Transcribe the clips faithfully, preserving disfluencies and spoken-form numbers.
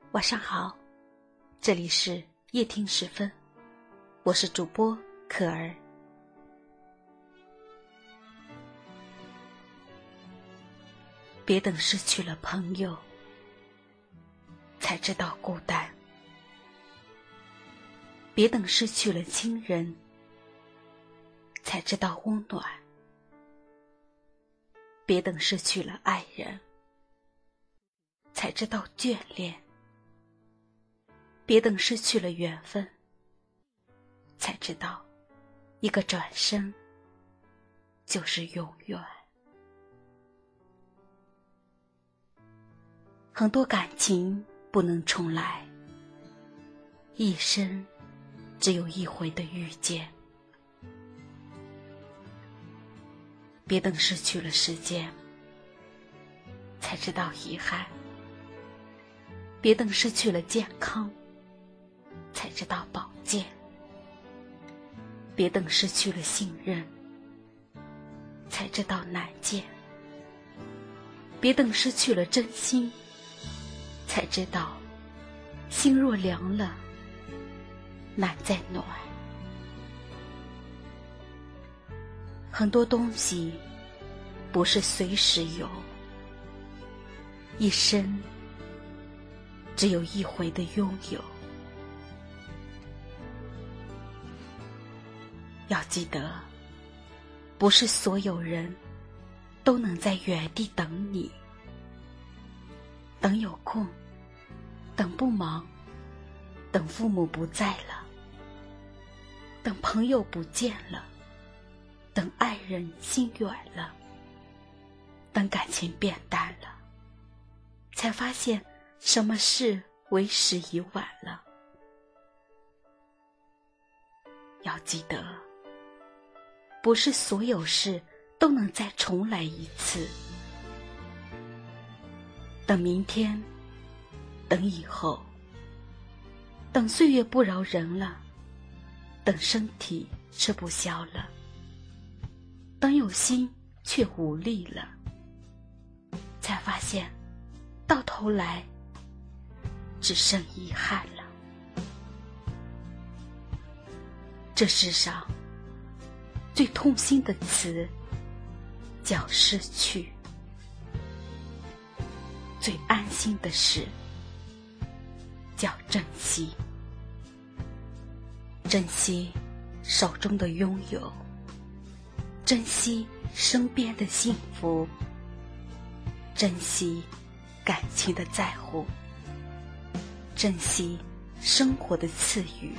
晚上好，这里是夜听时分，我是主播可儿。别等失去了朋友，才知道孤单；别等失去了亲人，才知道温暖；别等失去了爱人，才知道眷恋；别等失去了缘分，才知道一个转身就是永远。很多感情不能重来，一生只有一回的遇见。别等失去了时间，才知道遗憾；别等失去了健康，才知道保健；别等失去了信任，才知道难见；别等失去了真心，才知道心若凉了，难再暖。很多东西不是随时有，一生只有一回的拥有。要记得，不是所有人都能在原地等你，等有空，等不忙，等父母不在了，等朋友不见了，等爱人心远了，等感情变淡了，才发现什么事为时已晚了。要记得，不是所有事都能再重来一次。等明天，等以后，等岁月不饶人了，等身体吃不消了，等有心却无力了，才发现到头来只剩遗憾了。这世上最痛心的词叫失去，最安心的事叫珍惜。珍惜手中的拥有，珍惜身边的幸福，珍惜感情的在乎，珍惜生活的赐予，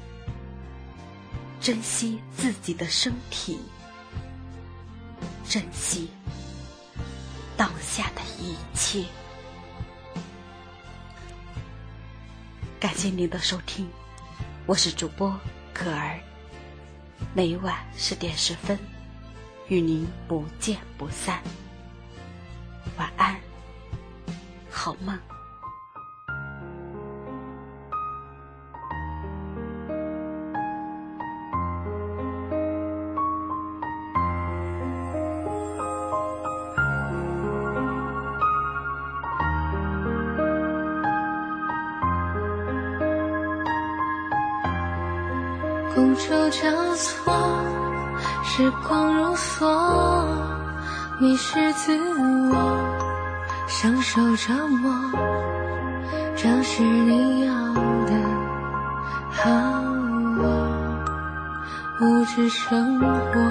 珍惜自己的身体，珍惜当下的一切。感谢您的收听，我是主播可儿，每晚十点十分与您不见不散。晚安，好梦。 觥筹交错，时光如梭，迷失自我，享受折磨，这是你要的和我物质生活。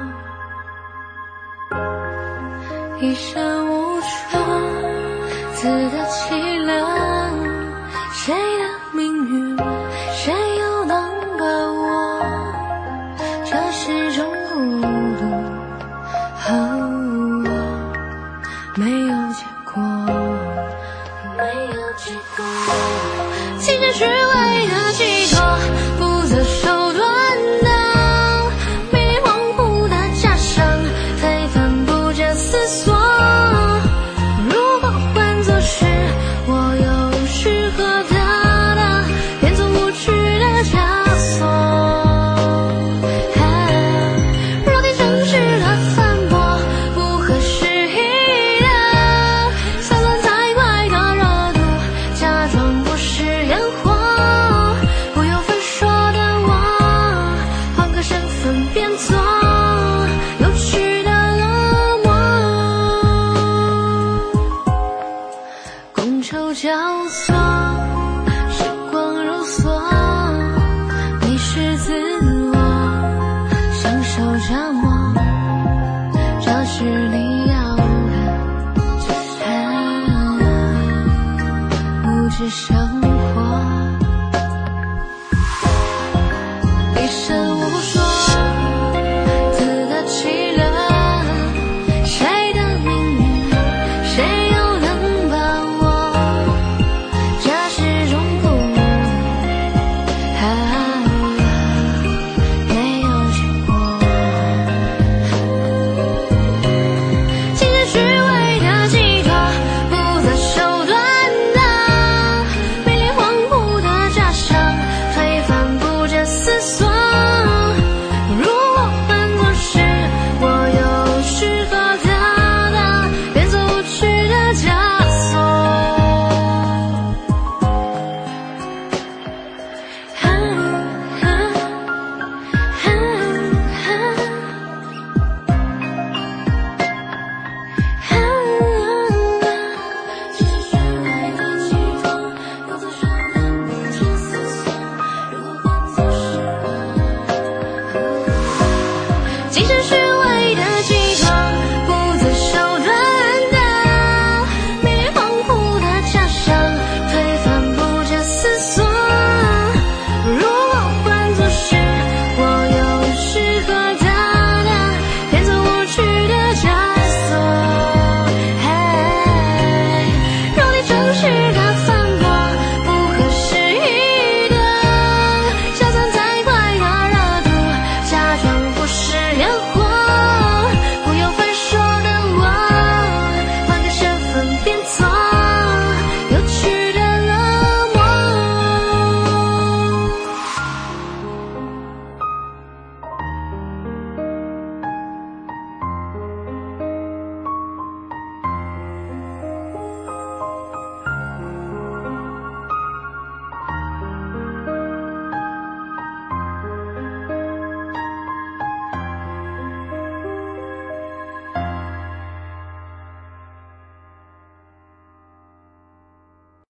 一生无常，自得其乐，谁的命运谁又能把握？这是种孤独和我没有结果，没有结果。情是虚伪的寄托，不择手段的迷迷惘惘的假象，才反复着思索。如果换作是我，又是何大的变作无趣的枷锁。若你真实的反驳，不合时宜的散乱太快的热度，假装不觥筹交错，时光如梭，迷失自我，享受折磨，这是你要的，只是无知生